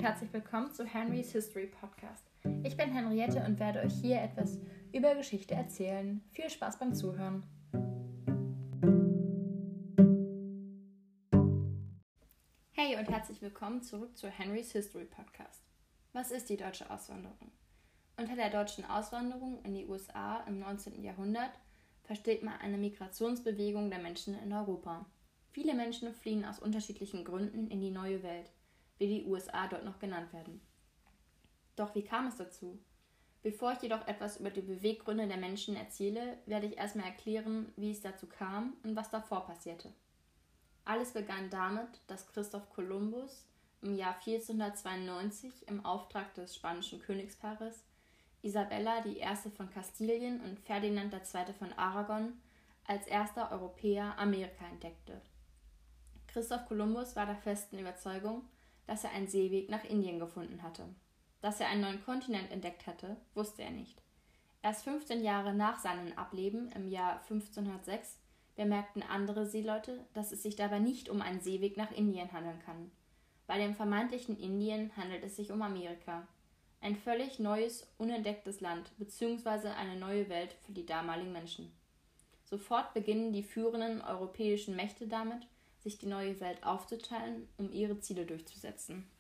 herzlich willkommen zu Henry's History Podcast. Ich bin Henriette und werde euch hier etwas über Geschichte erzählen. Viel Spaß beim Zuhören. Hey und herzlich willkommen zurück zu Henry's History Podcast. Was ist die deutsche Auswanderung? Unter der deutschen Auswanderung in die USA im 19. Jahrhundert versteht man eine Migrationsbewegung der Menschen in Europa. Viele Menschen fliehen aus unterschiedlichen Gründen in die neue Welt, wie die USA dort noch genannt werden. Doch wie kam es dazu? Bevor ich jedoch etwas über die Beweggründe der Menschen erzähle, werde ich erstmal erklären, wie es dazu kam und was davor passierte. Alles begann damit, dass Christoph Kolumbus im Jahr 1492 im Auftrag des spanischen Königspaares Isabella I. von Kastilien und Ferdinand II. Von Aragon als erster Europäer Amerika entdeckte. Christoph Kolumbus war der festen Überzeugung, dass er einen Seeweg nach Indien gefunden hatte. Dass er einen neuen Kontinent entdeckt hatte, wusste er nicht. Erst 15 Jahre nach seinem Ableben im Jahr 1506 bemerkten andere Seeleute, dass es sich dabei nicht um einen Seeweg nach Indien handeln kann. Bei dem vermeintlichen Indien handelt es sich um Amerika. Ein völlig neues, unentdecktes Land bzw. eine neue Welt für die damaligen Menschen. Sofort beginnen die führenden europäischen Mächte damit, sich die neue Welt aufzuteilen, um ihre Ziele durchzusetzen.